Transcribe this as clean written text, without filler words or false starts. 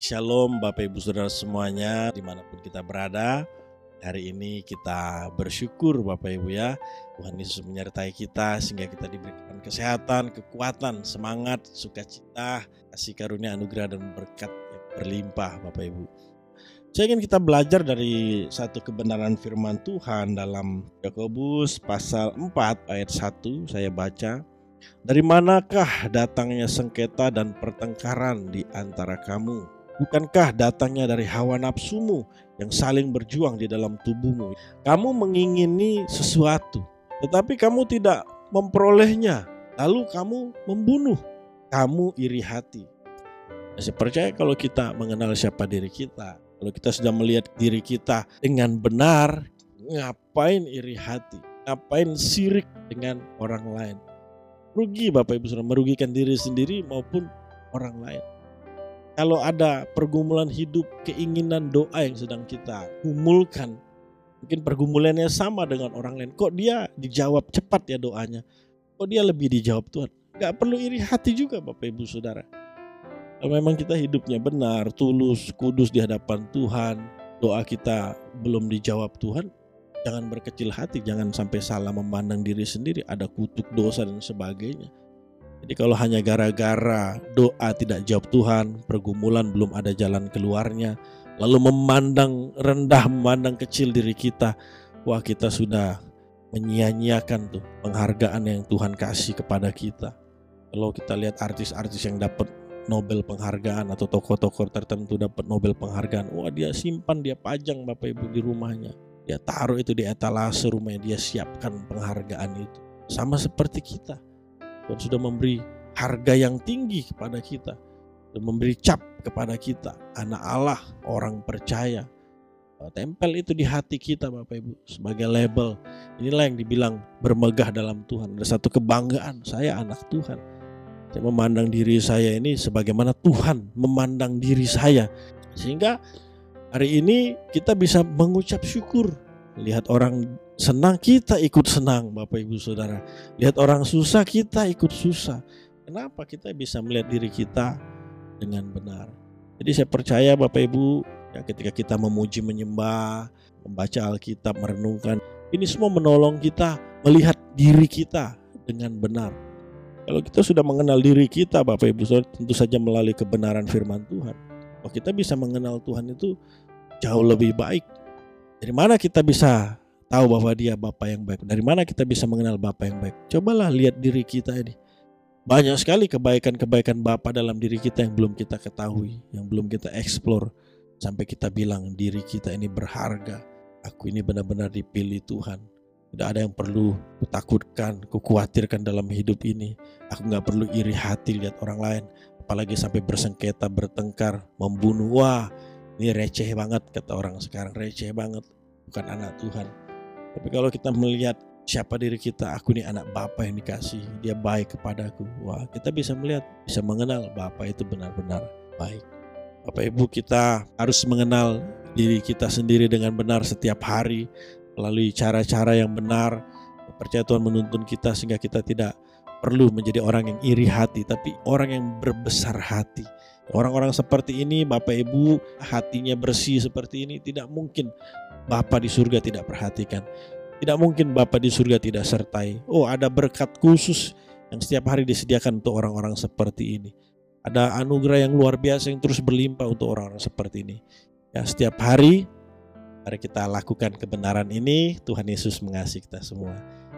Shalom Bapak Ibu Saudara semuanya dimanapun kita berada. Hari ini kita bersyukur Bapak Ibu ya, Tuhan Yesus menyertai kita sehingga kita diberikan kesehatan, kekuatan, semangat, sukacita, kasih karunia, anugerah dan berkat yang berlimpah Bapak Ibu. Saya ingin kita belajar dari satu kebenaran firman Tuhan dalam Yakobus pasal 4 ayat 1. Saya baca, "Dari manakah datangnya sengketa dan pertengkaran di antara kamu? Bukankah datangnya dari hawa nafsumu yang saling berjuang di dalam tubuhmu? Kamu mengingini sesuatu, tetapi kamu tidak memperolehnya. Lalu kamu membunuh. Kamu iri hati." Saya percaya kalau kita mengenal siapa diri kita, kalau kita sudah melihat diri kita dengan benar, ngapain iri hati? Ngapain sirik dengan orang lain? Rugi Bapak Ibu Saudara, merugikan diri sendiri maupun orang lain. Kalau ada pergumulan hidup, keinginan doa yang sedang kita gumulkan, mungkin pergumulannya sama dengan orang lain. Kok dia dijawab cepat ya doanya? Kok dia lebih dijawab Tuhan? Gak perlu iri hati juga Bapak Ibu Saudara. Kalau memang kita hidupnya benar, tulus, kudus di hadapan Tuhan, doa kita belum dijawab Tuhan, jangan berkecil hati, jangan sampai salah memandang diri sendiri, ada kutuk dosa dan sebagainya. Jadi kalau hanya gara-gara doa tidak jawab Tuhan, pergumulan belum ada jalan keluarnya, lalu memandang rendah, memandang kecil diri kita, wah kita sudah menyia-nyiakan tuh penghargaan yang Tuhan kasih kepada kita. Kalau kita lihat artis-artis yang dapat Nobel penghargaan atau tokoh-tokoh tertentu dapat Nobel penghargaan, wah dia simpan, dia pajang Bapak Ibu di rumahnya. Dia taruh itu di etalase rumahnya, dia siapkan penghargaan itu. Sama seperti kita. Tuhan sudah memberi harga yang tinggi kepada kita, dan memberi cap kepada kita, anak Allah, orang percaya. Tempel itu di hati kita Bapak Ibu sebagai label. Inilah yang dibilang bermegah dalam Tuhan. Ada satu kebanggaan, saya anak Tuhan. Saya memandang diri saya ini sebagaimana Tuhan memandang diri saya. Sehingga hari ini kita bisa mengucap syukur. Lihat orang senang, kita ikut senang Bapak Ibu Saudara. Lihat orang susah, kita ikut susah. Kenapa? Kita bisa melihat diri kita dengan benar. Jadi saya percaya Bapak Ibu, ya, ketika kita memuji, menyembah, membaca Alkitab, merenungkan, ini semua menolong kita melihat diri kita dengan benar. Kalau kita sudah mengenal diri kita Bapak Ibu Saudara, tentu saja melalui kebenaran firman Tuhan, kita bisa mengenal Tuhan itu jauh lebih baik. Dari mana kita bisa tahu bahwa dia Bapa yang baik? Dari mana kita bisa mengenal Bapa yang baik? Cobalah lihat diri kita ini. Banyak sekali kebaikan-kebaikan Bapa dalam diri kita yang belum kita ketahui, yang belum kita eksplor, sampai kita bilang diri kita ini berharga. Aku ini benar-benar dipilih Tuhan. Tidak ada yang perlu kutakutkan, kukhawatirkan dalam hidup ini. Aku gak perlu iri hati lihat orang lain, apalagi sampai bersengketa, bertengkar, membunuh. Wah, ini receh banget kata orang sekarang, receh banget, bukan anak Tuhan. Tapi kalau kita melihat siapa diri kita, aku ini anak Bapa yang dikasih, dia baik kepadaku. Wah, kita bisa melihat, bisa mengenal Bapa itu benar-benar baik. Bapak Ibu, kita harus mengenal diri kita sendiri dengan benar setiap hari melalui cara-cara yang benar. Percaya Tuhan menuntun kita sehingga kita tidak perlu menjadi orang yang iri hati, tapi orang yang berbesar hati. Orang-orang seperti ini Bapak Ibu hatinya bersih seperti ini, tidak mungkin Bapa di surga tidak perhatikan. Tidak mungkin Bapa di surga tidak sertai. Oh, ada berkat khusus yang setiap hari disediakan untuk orang-orang seperti ini. Ada anugerah yang luar biasa yang terus berlimpah untuk orang-orang seperti ini. Ya, setiap hari mari kita lakukan kebenaran ini. Tuhan Yesus mengasihi kita semua.